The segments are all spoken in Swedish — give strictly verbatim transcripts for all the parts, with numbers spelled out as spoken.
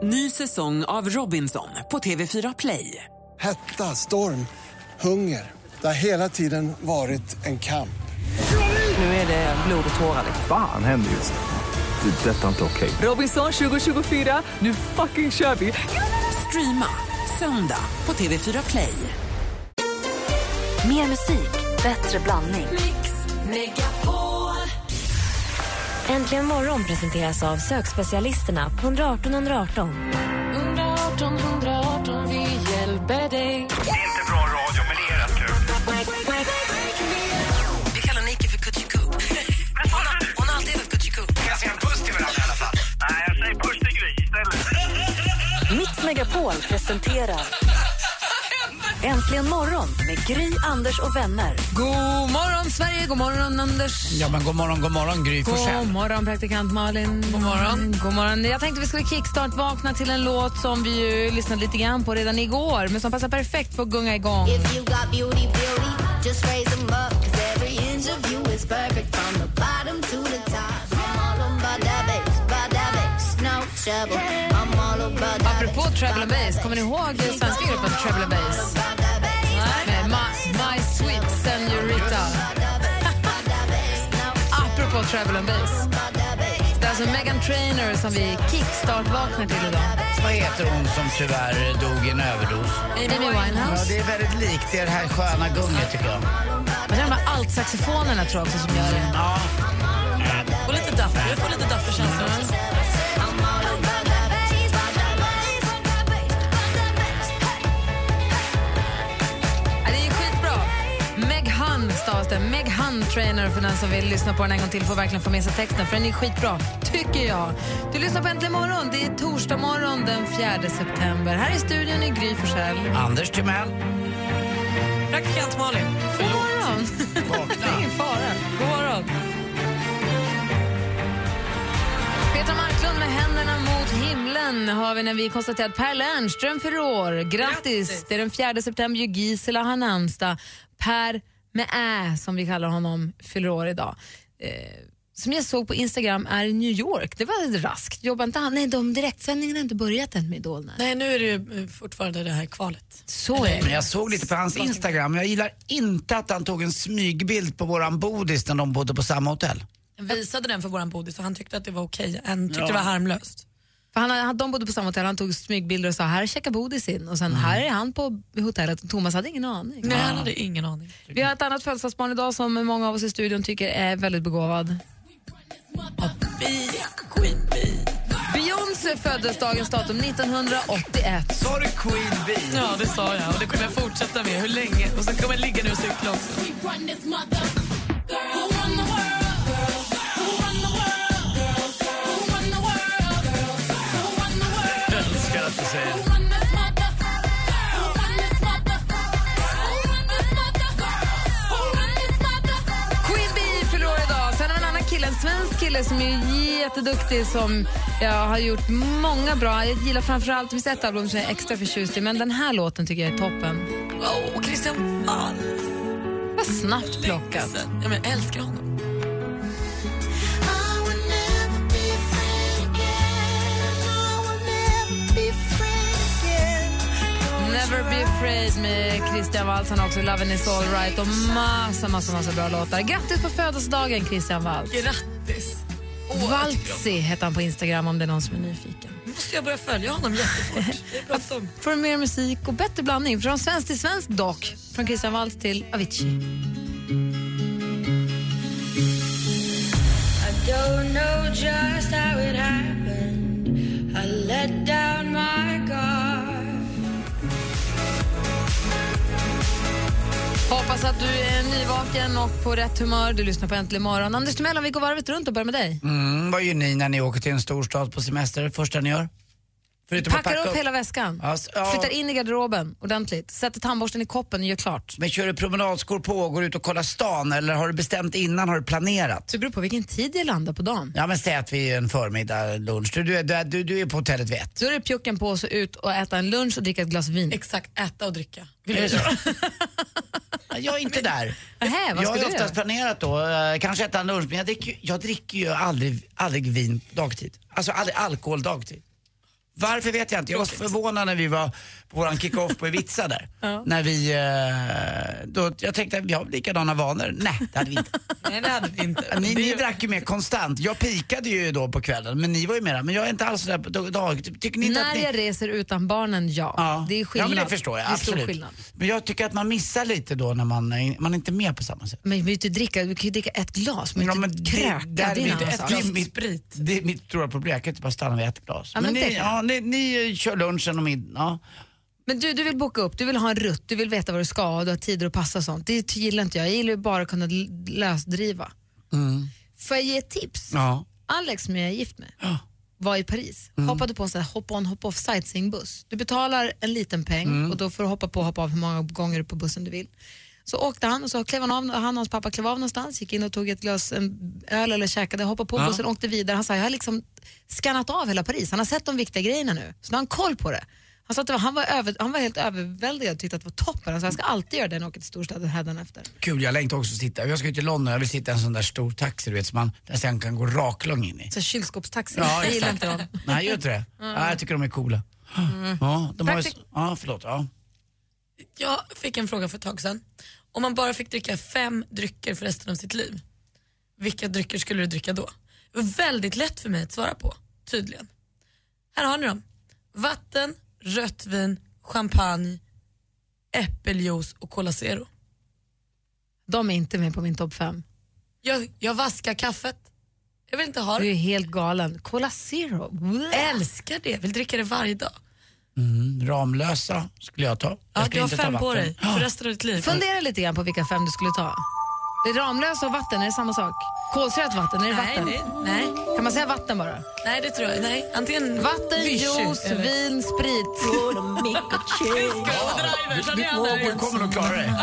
Ny säsong av Robinson på T V fyra Play. Hetta, storm, hunger. Det har hela tiden varit en kamp. Nu är det blod och tårar. Fan händer just det. Det är detta inte okej. Robinson tjugo tjugofyra, nu fucking kör vi. Streama söndag på T V fyra Play. Mer musik, bättre blandning. Mix Megapol. Äntligen morgon presenteras av sökspecialisterna på ett ett åtta ett ett. ett åtta ett ett ett, vi hjälper dig. Det är inte bra radio, men det är rätt kul. Vi kallar Nike för Kutchiku. Hon, har- hon har alltid hetat Kutchiku. Kan jag säga en puss till varandra i alla fall? Nej, jag säger puss till Gry istället. Mix Megapol presenterar Äntligen morgon med Gry, Anders och vänner. God morgon Sverige, god morgon Anders. Ja, men god morgon, god morgon Gry Forssell. God morgon praktikant Malin. God morgon. God morgon. Jag tänkte vi skulle kickstart vakna till en låt som vi ju lyssnade lite grann på redan igår, men som passar perfekt för att gunga igång. If you got beauty, beauty, just raise them up, 'cause every inch of you is perfect from the bottom to the top. I'm all about that bass, about that bass, no trouble. I'm all about that. Apropå Treble and Bass, kommer ni ihåg svenska gruppen Treble and Bass? Med My, My Sweet Senorita. Apropå Treble and Bass. Det är alltså Meghan Trainor som vi kickstart vaknar till idag. Vad heter hon som tyvärr dog i en överdos? Amy Winehouse. Ja, det är väldigt likt det här sköna gunget tycker jag. Och det är de här altsaxofonerna tror jag också som gör det. Ja. Och lite daffer, jag får lite dafferkänsla. Ja, det är ju skitbra. Meghan stavas det. Meghan Trainor för den som vill lyssna på den en gång till får verkligen få med sig texten för den är skitbra, tycker jag. Du lyssnar på Äntligen morgon. Det är torsdag morgon den fjärde september. Här i studion är Gry Forssell. Anders Timell. Praktikant Malin. God morgon. Det är ingen fara. God morgon. Petra Marklund med händerna mot himlen har vi när vi konstaterat att Per Lernström för år. Grattis. Grattis! Det är den fjärde september, ju Gisela har namnsdag. Per med ä, som vi kallar honom, fyller år idag. Eh, som jag såg på Instagram är i New York. Det var raskt. Jobbar inte han? Nej, de direktsändningarna har inte börjat än med Idol. Nej, nu är det ju fortfarande det här kvalet. Så är Men det. jag såg lite på hans Instagram. Jag gillar inte att han tog en smygbild på våran bodis när de bodde på samma hotell. Jag visade den för våran bodis och han tyckte att det var okej. Han tyckte det var harmlöst. För han, de bodde på samma hotell, han tog smygbilder och sa här checkar bodis in och sen här är han på hotellet och Thomas hade ingen aning. Nej, han hade ingen aning. Vi har ett annat födelsedagsbarn idag som många av oss i studion tycker är väldigt begåvad. Beyoncé föddes dagens datum nittonhundraåttioett. Sa du Queen Bee? Ja, det sa jag och det kommer jag fortsätta med. Hur länge? Och sen kommer jag ligga nu och cykla också. Jag älskar att du säger det. Queen Bee fyller år idag. Sen har vi en annan kille, en svensk kille som är jätteduktig som jag har gjort många bra. Jag gillar framförallt, det finns ett album som jag är extra förtjust i, men den här låten tycker jag är toppen. Åh, oh, Christian Wall. Vad snabbt plockat. Ja, men jag älskar honom. Never Be Afraid med Christian Waltz. Han har också Lovin' Is All Right och massa, massa, massa bra låtar. Grattis på födelsedagen, Christian Waltz. Grattis. Oh, Waltzy heter han på Instagram om det är någon som är nyfiken. Måste jag börja följa honom jättefort. Det är bråttom. För mer musik och bättre blandning. Från svensk till svensk dock. Från Christian Waltz till Avicii. I don't know just how it happened. I let down my guard. Hoppas att du är nyvaken och på rätt humör. Du lyssnar på Äntligen morgon. Anders Timell, vi går varvet runt och börjar med dig. Mm, vad gör ni när ni åker till en storstad på semester? Första ni gör? Förutom att Packar packa upp hela väskan. Ja, s- ja. Flyttar in i garderoben ordentligt. Sätter tandborsten i koppen och gör klart. Men kör du promenadskor på och går ut och kollar stan eller har du bestämt innan, har du planerat? Det beror på vilken tid jag landar på dagen. Ja, men säg att vi är en förmiddag, lunch. Du, du, är- du, du är på hotellet vid ett. Så är det pjucken på sig ut och äta en lunch och dricka ett glas vin. Exakt, äta och dricka. Vill Är jag det så? göra. Jag är inte där. Nähä, vad Jag ska har du oftast göra? planerat då, eh, kanske äta en lunch, men jag dricker, jag dricker ju aldrig, aldrig vin dagtid. Alltså aldrig alkohol dagtid. Varför vet jag inte. Jag var förvånad när vi var på våran kick-off på Ibiza där. Ja. När vi, eh, då, jag tänkte att vi har likadana vanor. Nej, det hade vi inte. Nej, det hade vi inte. Ni, ni drack ju mer konstant. Jag pikade ju då på kvällen, men ni var ju mera. Men jag är inte alls där på dag. Tycker ni inte när att ni... jag reser utan barnen, ja. ja. Det är skillnad. Ja, men det förstår jag. Det är absolut. skillnad. Men jag tycker att man missar lite då när man, man är inte med på samma sätt. Men vi vill inte dricka, vi kan ju dricka ett glas. Men ja, inte men kröka. Det, det, det är det, ett glas mitt, sprit. Det är mitt stora problem. Jag kan inte bara stanna vid ett glas. Ja, men men ni, ja, ni, ni kör lunchen och middag. Ja. Men du, du vill boka upp, du vill ha en rutt, du vill veta vad du ska och du har tider att passa och sånt. Det gillar inte jag. Jag gillar ju bara att kunna lösdriva. Mm. Får jag ge ett tips? Ja. Alex som jag är gift med ja. var i Paris. Mm. Hoppade på en sån här hop-on, hop-off sightseeingbuss. Du betalar en liten peng mm. och då får du hoppa på och hoppa av hur många gånger på bussen du vill. Så åkte han och så klev han av, han och hans pappa klev av någonstans, gick in och tog ett glas en öl eller käkade, hoppade på ja. bussen och åkte vidare. Han sa, jag har liksom skannat av hela Paris. Han har sett de viktiga grejerna nu. Så nu har han koll på det. Han sa att det var, han, var över, han var helt överväldigad och tyckte att det var toppen. Alltså, jag ska alltid göra det när jag åker till storstaden hädanefter. Kul, jag längtar också att sitta. Jag ska ut till London, jag vill sitta i en sån där stor taxi, du vet, som man där sen kan gå raklång in i. Så kylskåpstaxi, ja, jag gillar inte dem. Nej, jag tror det. Mm. Ja, jag tycker de är coola. Mm. Ja, de har ju, ja, förlåt. Ja. Jag fick en fråga för ett tag sedan. Om man bara fick dricka fem drycker för resten av sitt liv, vilka drycker skulle du dricka då? Det var väldigt lätt för mig att svara på, tydligen. Här har ni dem. Vatten, rött vin, champagne, äppeljuice och Cola Zero. De är inte med på min topp fem. Jag, jag vaskar kaffet. Jag vill inte ha det. Du är helt galen. Cola Zero. Jag älskar det. Jag vill dricka det varje dag. Mm, Ramlösa skulle jag ta. Jag ja, du har fem på dig för resten av ditt liv. Fundera lite grann på vilka fem du skulle ta. Det är Ramlösa och vatten, är det samma sak? Kolsyrat vatten, är det nej, vatten? Nej, nej. Kan man säga vatten bara? Nej, det tror jag. Nej. Antingen vatten, juice, vin, sprit. Du kommer nog klara det.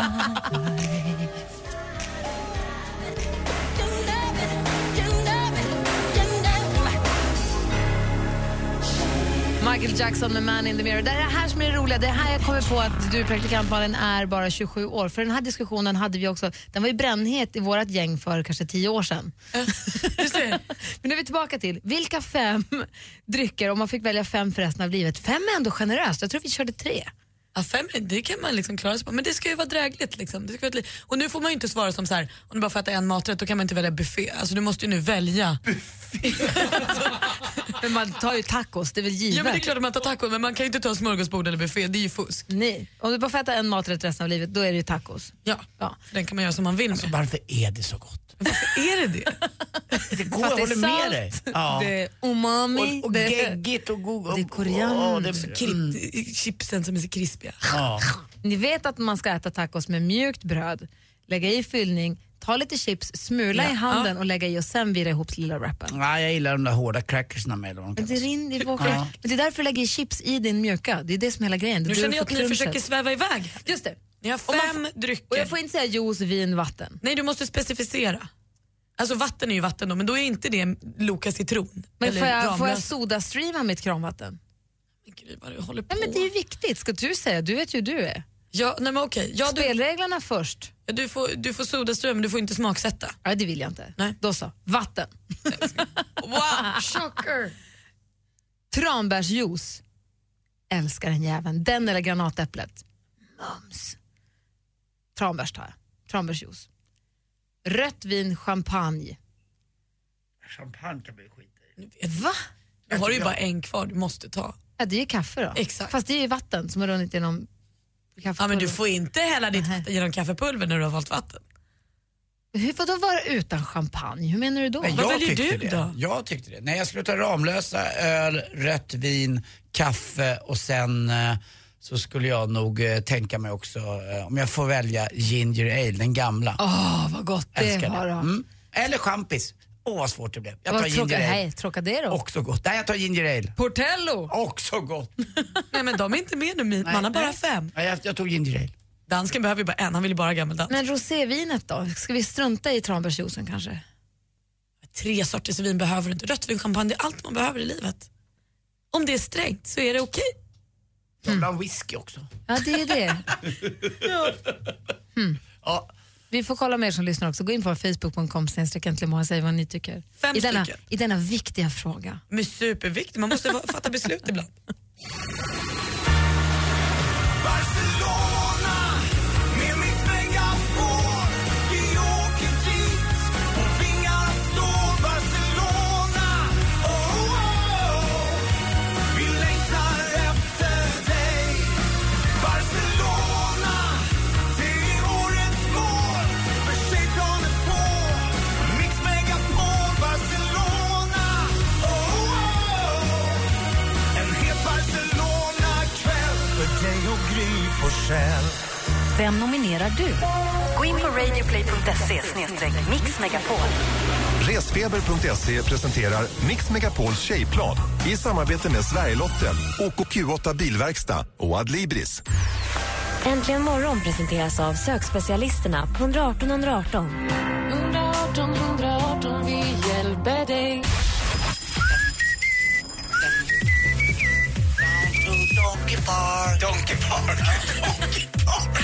Michael Jackson med Man in the Mirror. Det är det här som är det roliga. Det är här jag kommer på att du, praktikant Malin, är bara tjugosju år. För den här diskussionen hade vi också. Den var ju brännhet i vårat gäng för kanske tio år sedan. Just det. Men nu är vi tillbaka till vilka fem drycker, om man fick välja fem för resten av livet. Fem är ändå generöst. Jag tror vi körde tre. Ja, fem, det kan man liksom klara sig på. Men det ska ju vara drägligt liksom. Det ska vara li- och nu får man ju inte svara som så här: om du bara får äta en maträtt, då kan man inte välja buffé. Alltså du måste ju nu välja. Men man tar ju tacos, det är väl givet. Ja, men det är klart att man tar tacos, men man kan ju inte ta smörgåsbord eller buffé, det är ju fusk. Nej, om du bara får äta en maträtt resten av livet, då är det ju tacos. Ja, ja. Den kan man göra som man vill alltså, med. varför är det så gott? Varför är det det? Det går, jag håller med dig. Ja. Det är umami. Och, och det, geggigt och god. Det är koriander. Oh, mm. Chipsen som är så krispiga. Ja. Ni vet att man ska äta tacos med mjukt bröd, lägga i fyllning, ta lite chips, smula ja. i handen ja. och lägga i och sen vira ihop lilla wrappen. Nej, jag gillar de där hårda crackersna med dem. Men det, rin, det, var ja. Men det är därför du lägger i chips i din mjuka. Det är det som är hela grejen. Nu känner jag att ni försöker sväva iväg. Just det. Ni har fem och drycker. Och jag får inte säga juice, vin, vatten. Nej, du måste specificera. Alltså vatten är ju vatten då, men då är inte det Loka citron. Men får jag, får jag sodastreama mitt kranvatten? Men gud vad du håller på. Nej, men det är ju viktigt, ska du säga. Du vet ju hur du är. Ja, nej men okej. Ja, spelreglerna du, först. Ja, du får, du får sodastreama, men du får inte smaksätta. Nej, det vill jag inte. Nej. Då så, vatten. Wow, chocker. Tranbärsjuice. Älskar den jäveln. Den eller granatäpplet. Mums. Tranbärs tar jag. Tranbärsjuice. Rött vin, champagne. Champagne kan bli skit i. Va? Nu har du ju bara en kvar, du måste ta. Ja, det är kaffe då. Exakt. Fast det är ju vatten som har runnit genom kaffepulver. Ja, men du får inte hälla ditt vatten genom kaffepulver när du har valt vatten. Hur får då vara utan champagne? Hur menar du då? Men vad väljer du det. då? Jag tyckte det. Nej, jag skulle ta Ramlösa, öl, rött vin, kaffe och sen eh, så skulle jag nog eh, tänka mig också, eh, om jag får välja ginger ale, den gamla. Åh, oh, vad gott det Älskar var det. då. Mm. Eller champis. Åh, oh, vad svårt det blev. Jag tar vad ginger ale. Nej, Trocadero. Också gott. Nej, jag tar ginger ale. Portello. Också gott. Nej, men de är inte med nu. Man har bara nej. fem. Nej, jag, jag tog ginger ale. Dansken behöver ju bara en, han vill ju bara gammeldansk. Men rosévinet då? Ska vi strunta i tranbärsjuicen kanske? Tre sorters vin behöver du inte. Rött vin, champagne, det är allt man behöver i livet. Om det är strängt så är det okej. Jag vill ha en whisky också. Ja, det är det. ja. Mm. Ja. Vi får kolla mer som lyssnar också. Gå in på facebook punkt com och säg vad ni tycker. Fem I denna, stycken. I denna viktiga fråga. Men superviktigt, man måste va- fatta beslut ibland. Vem nominerar du? Gå in på radioplay punkt se slash mixmegapol. Resfeber punkt se presenterar Mix Megapols tjejplan i samarbete med Sverigelotten, O K Q åtta Bilverkstad och Adlibris. Äntligen morgon presenteras av sökspecialisterna på ett ett åtta ett ett åtta. ett åtta ett åtta, vi hjälper dig. Donkey Park. Donkey Park. Donkey Park.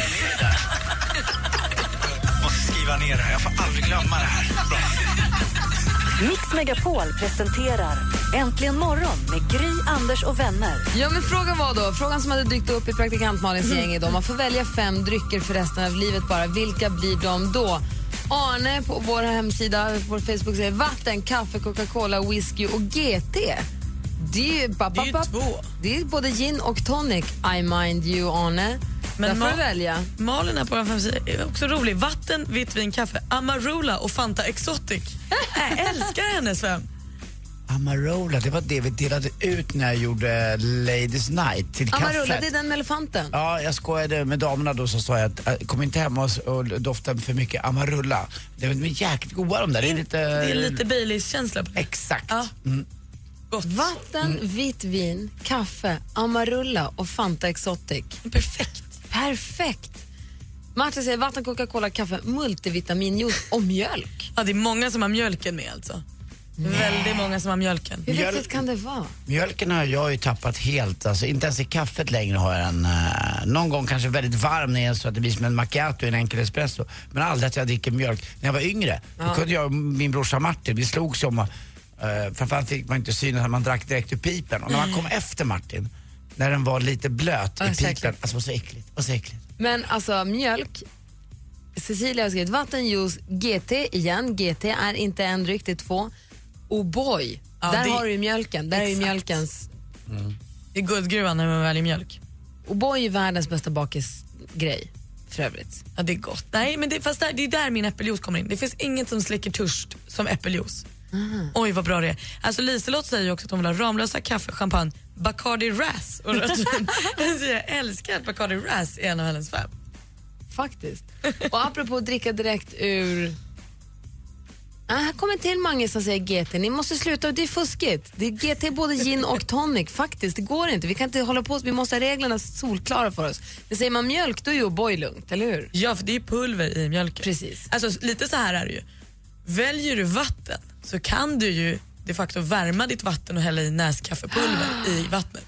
Måste skriva ner det här. Jag får aldrig glömma det här. Bra. Mix Megapol presenterar Äntligen morgon med Gry, Anders och vänner. Ja, men frågan var då, frågan som hade dykt upp i praktikant Malins gäng idag. Man får välja fem drycker för resten av livet bara. Vilka blir de då? Arne på vår hemsida, på vår Facebook säger vatten, kaffe, Coca-Cola, whisky och G T. Det är ju, ba, ba, Det är ju ba, två. Det är både gin och tonic. I mind you, Arne. Men där får du välja. Malin här på den hemsida är också rolig. Vatten, vitt vin, kaffe, Amarula och Fanta Exotic. Jag älskar hennes fem. Amarula, det var det vi delade ut när jag gjorde Ladies Night till kaffet. Amarula, det är den med elefanten. Ja, jag skojade med damerna då, så sa jag att äh, kom inte hem och, och dofta för mycket Amarula. Det är jäkligt goda de där. Det är lite, det är lite Baileys-känsla på det. Exakt. Ja. Mm. Vatten, mm. vitt vin, kaffe, Amarula och Fanta Exotic. Perfekt. Perfekt. Martin säger vatten, Coca-Cola, kaffe, multivitaminjuice och mjölk. Ja, det är många som har mjölken med alltså. Nej. Väldigt många som har mjölken. Hur Mjöl- viktigt kan det vara? Mjölken har jag ju tappat helt. Alltså, inte ens i kaffet längre har jag en. Uh, någon gång kanske väldigt varm när jag så att det blir som en macchiato, en enkel espresso. Men aldrig att jag dricker mjölk. När jag var yngre, ja. Då kunde jag och min brorsa Martin, vi slogs om uh, framförallt fick man inte syna att man drack direkt ur pipen. Och när man kom efter Martin, när den var lite blöt ja, i pipen, säkert. Alltså var så äckligt, var så äckligt. Men alltså mjölk, Cecilia har skrivit vatten, juice, G T igen. G T är inte en dryck, det är två. Oh boy, ja, där det... har du ju mjölken. Där Exakt. Är ju mjölkens... Mm. Det är guldgruvan när man väljer mjölk. Oh boy är världens bästa bakisgrej, för övrigt. Ja, det är gott. Nej, men det, fast där, det är där min äppeljuice kommer in. Det finns inget som släcker törst som äppeljuice. Mm. Oj, vad bra det är. Alltså Liselott säger ju också att hon vill ha Ramlösa, kaffe, champagne, Bacardi Ras och rött vin. Jag älskar att Bacardi Ras är en av hennes fem. Faktiskt. Och apropå att dricka direkt ur... Ah, här kommer till Mange som säger G T. Ni måste sluta, det är fuskigt. Det är G T både gin och tonic. Faktiskt, det går inte. Vi kan inte hålla på, vi måste ha reglerna solklara för oss. Det säger man mjölk, då är ju boy lugnt, eller hur? Ja, för det är pulver i mjölken. Precis. Alltså lite så här är det ju. Väljer du vatten så kan du ju de facto värma ditt vatten och hälla i näskaffepulver i vattnet.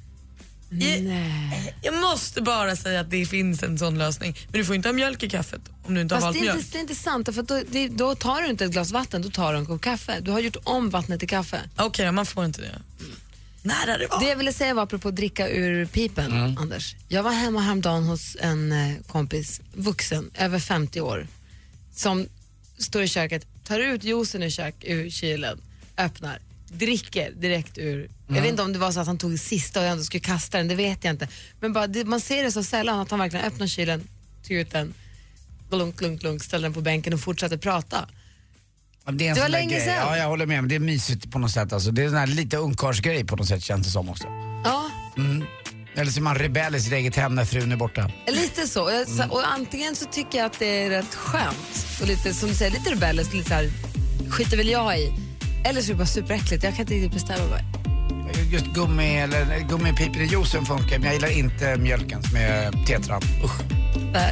Nej. Jag, jag måste bara säga att det finns en sån lösning. Men du får inte ha mjölk i kaffet om du inte Fast har valt det är mjölk. Inte, det är inte sant, för då, det, då tar du inte ett glas vatten, då tar du en kopp kaffe. Du har gjort om vattnet till kaffe. Okej, okay, man får inte det. Mm. Nära det var. Det jag ville säga var apropå att dricka ur pipen, mm. Anders. Jag var hemma häromdagen hos en eh, kompis, vuxen, över femtio år, som står i köket, tar ut juicen ur, kök, ur kylen, öppnar, dricker direkt ur. Mm. Jag vet inte om det var så att han tog sista och jag skulle kasta den, det vet jag inte. Men bara, det, man ser det så sällan att han verkligen öppnar kylen, tog ut den, lugnt, lugnt, lugnt, ställde den på bänken och fortsatte prata. Det, är en det var sån länge grej. sedan. Ja, jag håller med, men det är mysigt på något sätt. Alltså, det är en sån här lite ungkarlsgrej på något sätt, känns det som också. Ja. Mm. Eller så är man rebell i sitt eget hem när frun är borta. Lite så. Mm. Och antingen så tycker jag att det är rätt skönt och lite, som du säger, lite rebelliskt, lite så här, skiter väl jag i. Eller så är det bara superäckligt. Jag kan inte riktigt bestämma mig. Just gummi eller gummipiper i juicen funkar, men jag gillar inte mjölken som är tetran. Usch. Där.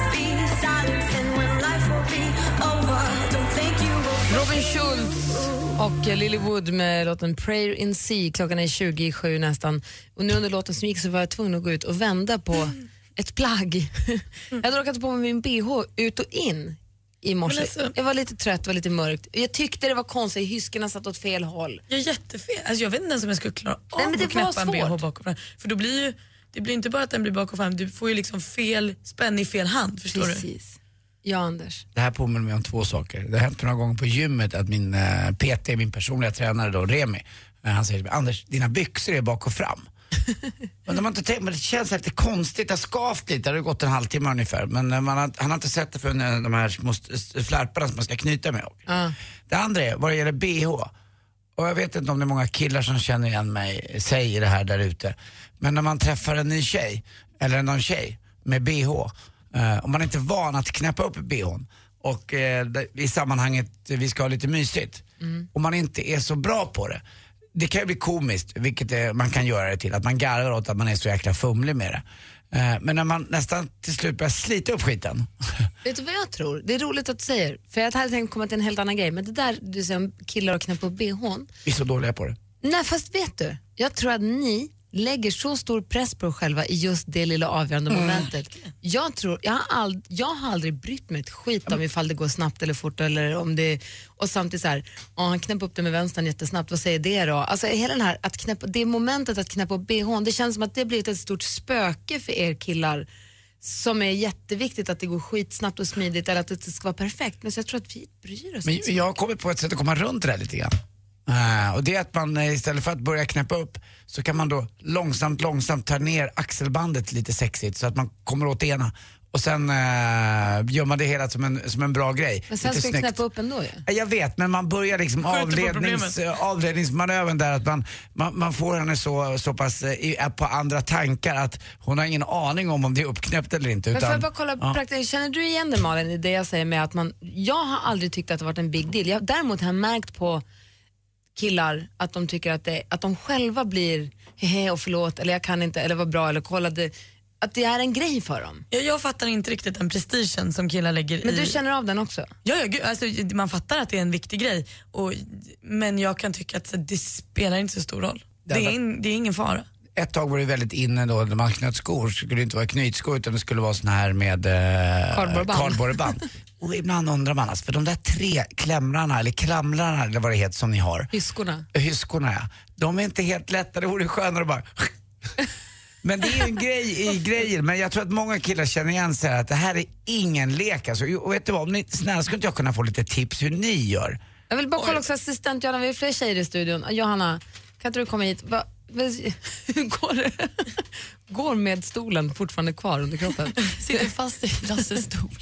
Robin Schultz Och Lily Wood med låten Prayer in Sea. Klockan är tjugo i sju nästan. Och nu under låten som gick så var jag tvungen att gå ut och vända på mm. ett plagg. Jag hade råkat på med min B H ut och in i morse. Alltså, jag var lite trött, var lite mörkt. Jag tyckte det var konstigt, hyskorna satt åt fel håll. Jag är jättefel. Alltså jag vet inte ens om jag skulle klara av Nej, men det att knäppa en B H bak och fram. För då blir ju, det blir inte bara att den blir bak och fram, du får ju liksom fel spänn i fel hand, förstår Precis. du? Precis. Ja, Anders. Det här påminner mig om två saker. Det har hänt några gånger på gymmet att min eh, P T, min personliga tränare då, Remi, eh, han säger till mig, Anders, dina byxor är bak och fram. Men de har inte tänkt, men det känns lite konstigt, det har skavt lite, det har gått en halvtimme ungefär. Men eh, man har, han har inte sett det för eh, de här små flärparna som man ska knyta med. Uh. Det andra är, vad det gäller B H. Och jag vet inte om det är många killar som känner igen mig, säger det här där ute. Men när man träffar en ny tjej, eller någon tjej med B H, Uh, om man inte är van att knäppa upp B H:n och uh, i sammanhanget uh, vi ska ha lite mysigt, mm. om man inte är så bra på det, det kan ju bli komiskt, vilket uh, man kan göra det till, att man garvar åt att man är så jäkla fumlig med det. Uh, men när man nästan till slut börjar slita upp skiten. Vet du vad jag tror? Det är roligt att du säger, för jag hade tänkt komma till en helt annan grej, men det där du säger om killar och knäppa upp B H:n. Vi är så dåliga på det. Nej, fast vet du, jag tror att ni lägger så stor press på er själva i just det lilla avgörande mm. momentet. Jag tror, jag har, ald, jag har aldrig brytt mig ett skit om mm. ifall det går snabbt eller fort eller om det, och samtidigt så här, oh, han knäpper upp det med vänstern jättesnabbt, vad säger det då? Alltså hela den här, att knäppa, det momentet att knäppa upp B H:n, det känns som att det blivit ett stort spöke för er killar, som är jätteviktigt att det går skitsnabbt och smidigt eller att det ska vara perfekt. Men så jag tror att vi bryr oss. Men jag har kommit på ett sätt att komma runt det där lite grann. Uh, och det är att man istället för att börja knäppa upp så kan man då långsamt, långsamt ta ner axelbandet lite sexigt så att man kommer åt det ena. Och sen uh, gör man det hela som en, som en bra grej. Men sen lite ska du knäppa upp ändå ju. Ja. Jag vet, men man börjar liksom avlednings, avledningsmanövern där att man, man, man får henne så, så pass uh, på andra tankar att hon har ingen aning om om det är uppknäppt eller inte. Men utan, får jag bara kolla ja. praktiskt, känner du igen det, Malin, i det jag säger med att man, jag har aldrig tyckt att det varit en big deal. Jag, däremot har jag märkt på killar att de tycker att, det, att de själva blir hehe och förlåt eller jag kan inte eller vad bra eller kolla det, att det är en grej för dem. Jag, jag fattar inte riktigt den prestigen som killar lägger men i. Men du känner av den också? Ja, ja alltså, man fattar att det är en viktig grej och, men jag kan tycka att det spelar inte så stor roll. Det är, in, det är ingen fara. Ett tag var det väldigt inne då när man knöt skor så skulle det inte vara knytskor utan det skulle vara såna här med eh, kardborreband. Och ibland undrar man alltså, för de där tre klämrarna eller klamrarna eller vad det heter som ni har. Hyskorna. Hyskorna, ja. De är inte helt lätta, det vore skönare bara. Men det är ju en grej i grejer. Men jag tror att många killar känner igen sig att det här är ingen lek alltså. Och vet du vad, om ni, snälla skulle inte jag kunna få lite tips hur ni gör? Jag vill bara kolla också assistent Johanna, vi är fler tjejer i studion. Johanna, kan inte du komma hit? Va? Hur går det? Går med stolen fortfarande kvar under kroppen? Sitter fast i Lasses stol.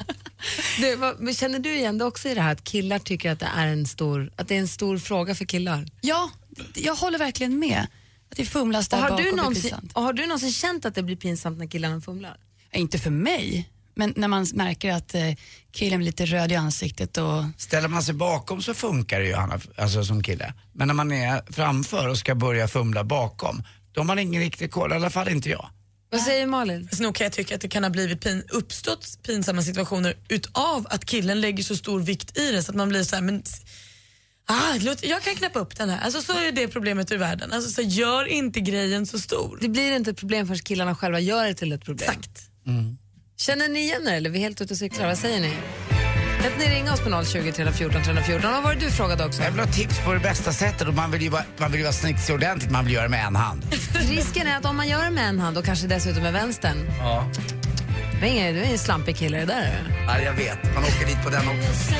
Du, vad, men känner du igen det också i det här att killar tycker att det är en stor, att det är en stor fråga för killar? Ja, jag håller verkligen med. Att det fumlas där och har bak du och någonsin, blir pinsamt. Och har du någonsin känt att det blir pinsamt när killarna fumlar? Ja, inte för mig. Men när man märker att eh, killen blir lite röd i ansiktet och... Ställer man sig bakom så funkar det ju, Hanna, alltså som kille. Men när man är framför och ska börja fumla bakom, då har man ingen riktig koll, i alla fall inte jag. Vad säger Malin? Så nog kan jag tycka att det kan ha blivit pin, uppstått pinsamma situationer utav att killen lägger så stor vikt i det så att man blir så här, men... Ah, jag kan knäppa upp den här. Alltså så är det problemet ur världen. Alltså så gör inte grejen så stor. Det blir inte ett problem förrän killarna själva gör det till ett problem. Exakt. Mm. Känner ni igen er eller? Vi är helt ute och cyklar. Vad säger ni? Kan ni ringa oss på noll tjugo, tre fjorton, tre fjorton? Vad var det du frågade också? Jag vill ha tips på det bästa sättet och man vill ju vara, man vill ju vara snyggt så ordentligt, man vill göra det med en hand. Risken är att om man gör det med en hand och kanske dessutom med vänstern. Ja. Det är ingen, det är en slampig kille det där. Ja, jag vet. Man åker dit på den också.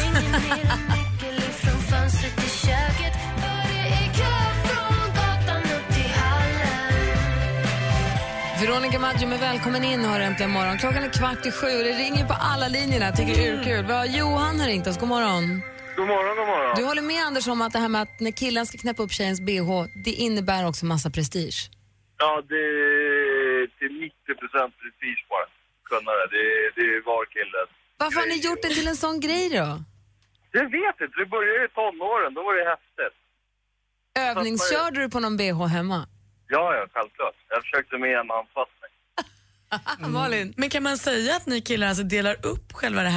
Veronica Maggio med välkommen in har äntligen morgon. Klockan är kvart i sju och det ringer på alla linjerna. Tycker det är kul. Vad Johan har ringt oss. God morgon. God morgon, god morgon. Du håller med Anders om att det här med att när killen ska knäppa upp tjejens B H, det innebär också massa prestige. Ja, det är till nittio procent prestige bara. Kunna det. Det är, det är var killen. Varför har ni gjort det till en sån grej då? Jag vet inte. Det började i tonåren. Då var det häftigt. Övningskörde du på någon B H hemma? Ja, ja, självklart. Jag försökte med en anpassning. Mm. Malin. Men kan man säga att ni killar alltså delar upp själva det här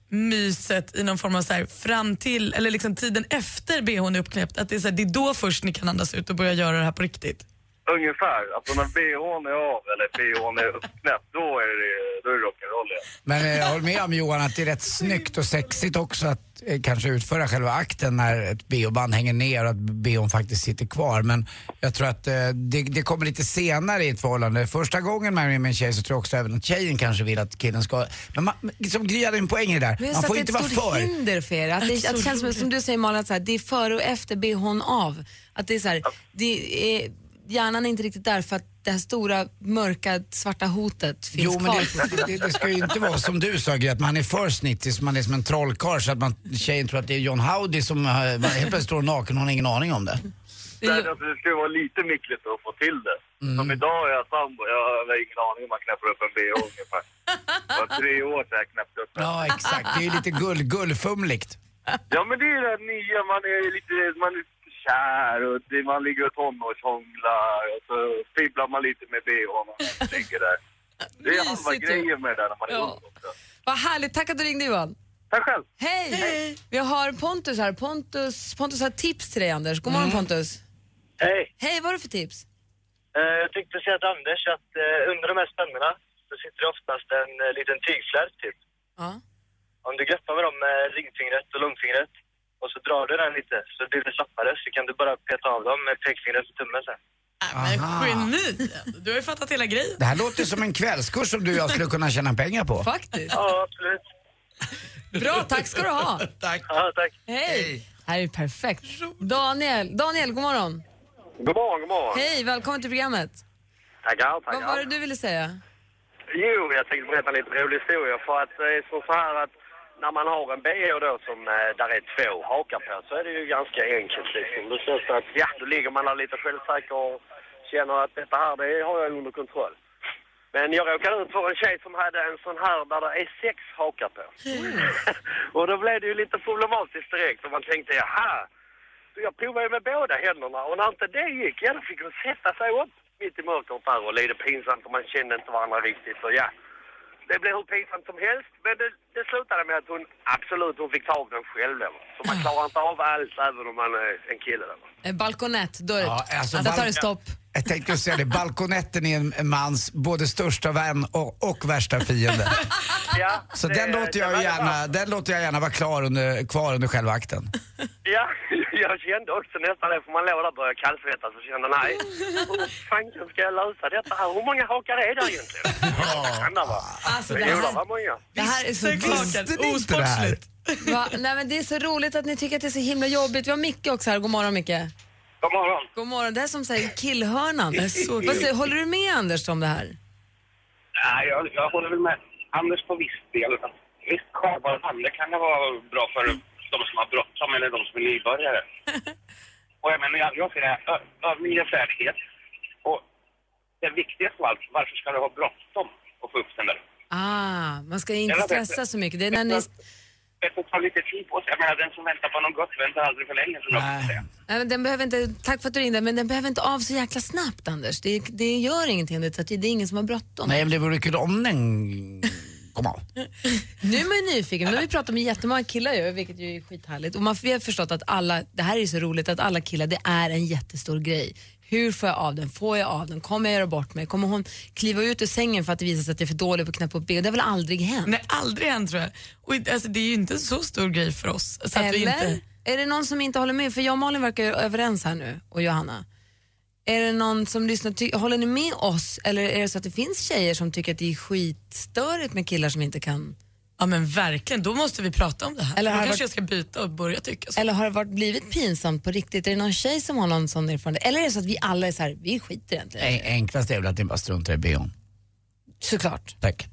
myset i någon form av så här, fram till, eller liksom tiden efter B H:n är uppknäppt, att det är, så här, det är då först ni kan andas ut och börja göra det här på riktigt? Ungefär. Alltså när B H:n är av eller B H:n är uppknäppt, då är det, då är det rock'n'roll igen. Men eh, jag håller med om Johan att det är rätt snyggt och sexigt också att eh, kanske utföra själva akten när ett B H-band hänger ner och att B H:n faktiskt sitter kvar. Men jag tror att eh, det, det kommer lite senare i ett förhållande. Första gången man är med en tjej så tror jag också även att tjejen kanske vill att killen ska... Men man, liksom Gry hade en poäng i det där. Man får inte vara för... Det är ett stort hinder för er. Att det, att det känns som, som du säger Malin, att så här, det är före och efter B H:n av. Att det är så här, det är... Hjärnan är inte riktigt där för att det här stora, mörka, svarta hotet finns jo, kvar. Men det, det, det ska ju inte vara som du sa, att man är för snittig, så man är som en trollkarl så att man, tjejen tror att det är John Howdy som uh, helt plötsligt står naken och har ingen aning om det. Det, alltså, det ska vara lite mycket att få till det. Mm. Som idag är jag sambo, jag har ingen aning om man knäpper upp en B H ungefär. Det var tre år sedan jag knäppte upp den. Ja, exakt. Det är ju lite gull, gullfumligt. Ja, men det är det nya, man är lite... Man är kär och det, man ligger och tonårshånglar och så fibblar man lite med B H:n och ligger där. Det är halva grejen med det där när man är ung också. Vad härligt, tack att du ringde Johan. Tack själv. Hej. Hej! Vi har Pontus här. Pontus, Pontus har tips till dig, Anders. God morgon, mm. Pontus. Hej. Hej, vad har du för tips? Uh, jag tänkte säga till Anders att uh, under de här spännerna så sitter det oftast en uh, liten tygflärp typ. Ja. Om du greppar med dem med ringfingret och långfingret och så drar du den lite så blir det slappare, så kan du bara peta av dem med pekfingret och tummen sen. Äh, men geni! Du har ju fattat hela grejen. Det här låter som en kvällskurs som du och jag skulle kunna tjäna pengar på. Faktiskt. Ja, absolut. Bra, tack ska du ha. Tack. Ja, tack. Hej. Det här är perfekt. Daniel, Daniel, god morgon. God morgon, god morgon. Hej, välkommen till programmet. Tackar, tackar. Vad var det du ville säga? Jo, jag tänkte berätta en lite rolig historia för att det är så här att när man har en B H då som eh, där är två hakar på så är det ju ganska enkelt liksom. Det känns att ja, då ligger man där lite självsäker och känner att detta här, det har jag under kontroll. Men jag råkade ut för en tjej som hade en sån här där det är sex hakar på. Mm. Och då blev det ju lite problematiskt direkt och man tänkte, jaha, så jag provade ju med båda händerna och när inte det gick, ja, då fick hon sätta sig upp mitt i mörkret där och lite pinsamt och man kände inte varandra riktigt och ja. Det blev hur pinsamt som helst, men det, det slutade med att hon absolut hon fick tag den själv. Så man klarar inte av allt även om man är en kille. En balkonett, då är det... Ja, alltså, alltså tar det stopp. Jag tänkte säga det, balkonetten är en, en mans både största vän och, och värsta fiende. Ja, så det, den, låter jag gärna, den låter jag gärna vara klar under, kvar under själva akten. Ja, jag kände också nästan det, för man låg där och började kallsvettas och kände nej, hur fan ska jag lösa detta här? Hur många hakar är det egentligen? Ja. Alltså, det, det, här, var många. det här är så osportsligt. Nej, men det är så roligt att ni tycker att det är så himla jobbigt. Vi har Micke också här. God morgon, Micke. God morgon. God morgon. Det är som säger killhörnan. Det är så Vad säger, håller du med Anders om det här? Nej, jag, jag håller väl med Anders på viss del. Visst, skärbara handlar kan det vara bra för de som har bråttom eller de som är nybörjare. Och jag menar, jag, jag ser det här, ö- övning är färdighet. Och det viktigaste av allt, varför ska du ha bråttom och få upp den där? Ah, man ska inte stressa så mycket. Det är när ni... Det får ta lite tid på sig. Jag menar, den som väntar på något gott väntar aldrig för länge, som jag säga. Nej, men den behöver inte, tack för att du ringde, men den behöver inte av så jäkla snabbt, Anders. Det, det gör ingenting, det, det är ingen som har bråttom. Nej, men det vore kul om den kom av. Nu är man nyfiken. Nu har vi pratat med jättemånga killar ju, vilket ju är skithärligt. Och man vi har förstått att alla, det här är så roligt, att alla killar, det är en jättestor grej. Hur får jag av den? Får jag av den? Kommer jag göra bort mig? Kommer hon kliva ut ur sängen för att det visar sig att jag är för dålig på att knäppa upp B? Det har väl aldrig hänt? Nej, aldrig hänt tror jag. Och alltså, det är ju inte en så stor grej för oss. Så Eller? Att vi inte... Är det någon som inte håller med? För jag och Malin verkar överens här nu, och Johanna. Är det någon som lyssnar, ty- håller ni med oss? Eller är det så att det finns tjejer som tycker att det är skitstörigt med killar som inte kan... Ja men verkligen, då måste vi prata om det här. Eller då kanske varit... jag ska byta och börja tycka så. Eller har det varit, blivit pinsamt på riktigt? Är det någon tjej som har någon sån erfarenhet? Eller är det så att vi alla är så här, vi skiter egentligen? En, enklast är väl att ni bara struntar i B H:n. Såklart. Tack.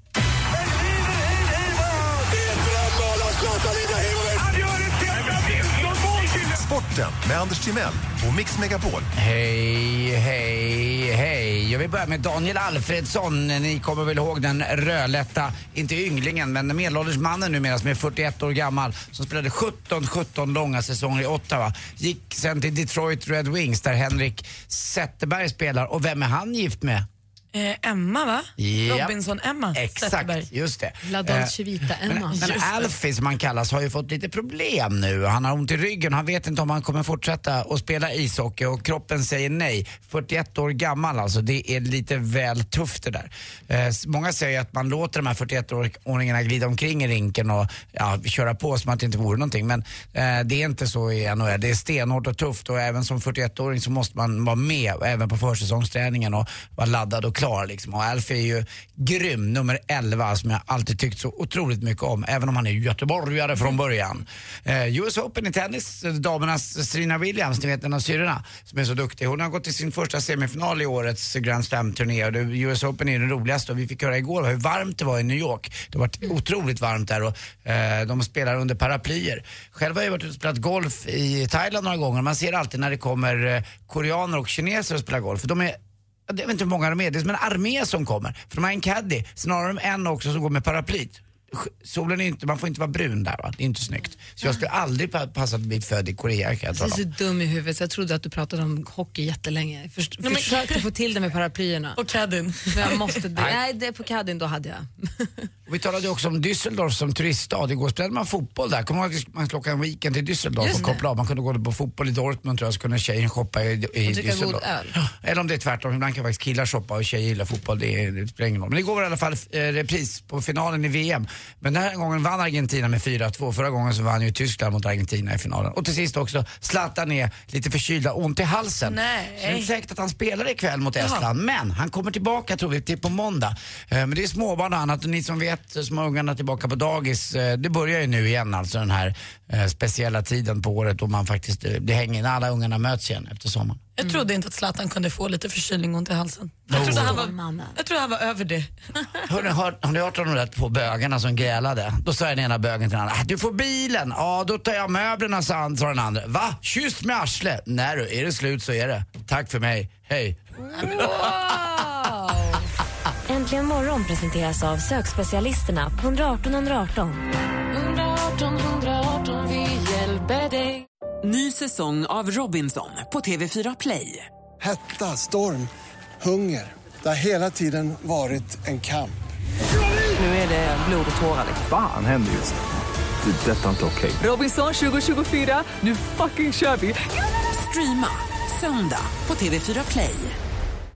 Sporten med Anders Timell och Mix Megapol. Hej, hej, hej. Jag vill börja med Daniel Alfredsson. Ni kommer väl ihåg den rödlätta, inte ynglingen, men den medelålders mannen numera som är fyrtioett år gammal, som spelade sjutton sjutton långa säsonger i Ottawa. Gick sen till Detroit Red Wings där Henrik Zetterberg spelar. Och vem är han gift med? Eh, Emma va? Yep. Robinson-Emma. Exakt, just det. La Dolce Vita Emma. Men, men Alfie som han kallas har ju fått lite problem nu. Han har ont i ryggen, han vet inte om han kommer fortsätta att spela ishockey och kroppen säger nej. fyrtioett år gammal alltså, det är lite väl tufft det där. Eh, många säger att man låter de här fyrtioett-åringarna glida omkring i rinken och ja, köra på som att det inte vore någonting. Men eh, det är inte så i N H L. Det är stenhårt och tufft och även som fyrtioett-åring så måste man vara med även på försäsongsträningen och vara laddad och klar liksom. Och Alfie är ju grym, nummer elva som jag alltid tyckt så otroligt mycket om, även om han är göteborgare från början. Eh, U S Open i tennis, damernas Serena Williams, ni vet en av syrorna som är så duktig. Hon har gått till sin första semifinal i årets Grand Slam-turné och det, U S Open är den roligaste och vi fick höra igår hur varmt det var i New York. Det var mm. otroligt varmt där och eh, de spelar under paraplyer. Själv har jag varit ute och spelat golf i Thailand några gånger. Man ser alltid när det kommer eh, koreaner och kineser och spelar golf, för de är jag vet inte hur många de är, det är som en armé som kommer. För de har en caddy, sen har de en också som går med paraplyt. Solen är inte, man får inte vara brun där va, det är inte snyggt. Så jag skulle aldrig passa att bli född i Korea kan jag tala om. Du är så dum i huvudet så jag trodde att du pratade om hockey jättelänge. Först, Nej, försökte få till det med paraplyerna. Och caddyn. Men jag måste, nej, det på caddyn då hade jag. Vi talade också om Düsseldorf som turiststad. Igår spelade man fotboll där. Kommer man ihåg att man skulle åka en weekend till Düsseldorf och koppla av. Man kunde gå på fotboll i Dortmund tror jag, så kunde tjejen shoppa i, i och Düsseldorf. God öl. Eller om det är tvärtom, ibland kan faktiskt killar shoppa och tjejer gillar fotboll, det, är, det spelar ingen roll. Men igår var i alla fall eh, repris på finalen i V M. Men den här gången vann Argentina med fyra två. Förra gången så vann ju Tyskland mot Argentina i finalen. Och till sist också, Zlatan är lite förkylda, ont i halsen. Nej. Så det är säkert att han spelar ikväll mot Estland. Jaha. Men han kommer tillbaka tror vi till på måndag. Eh, men det är småbarn och annat och ni som vet, som har ungarna tillbaka på dagis, eh, det börjar ju nu igen alltså den här eh, speciella tiden på året då man faktiskt, eh, det hänger när alla ungarna möts igen efter sommaren. Jag trodde mm. inte att Zlatan kunde få lite förkylning och ont i halsen. Jag oh. trodde han var, jag trodde han var över det. Hörrni, har, har ni hört om de där två bögarna som grälade? Då sa den ena bögen till den andra, du får bilen. Ja, då tar jag möblerna, sa han, sa den andra. Va? Kyss med arsle. Nej du, är det slut så är det. Tack för mig. Hej. Wow. Äntligen morgon presenteras av sökspecialisterna på ett ett åtta ett ett åtta. ett ett åtta ett ett åtta, vi hjälper dig. Ny säsong av Robinson på T V fyra Play. Hetta, storm, hunger. Det har hela tiden varit en kamp. Nu är det blod och tårar. Fan händer just det. Det är detta inte okej. Robinson tjugo tjugofyra, nu fucking kör vi. Streama söndag på T V fyra Play.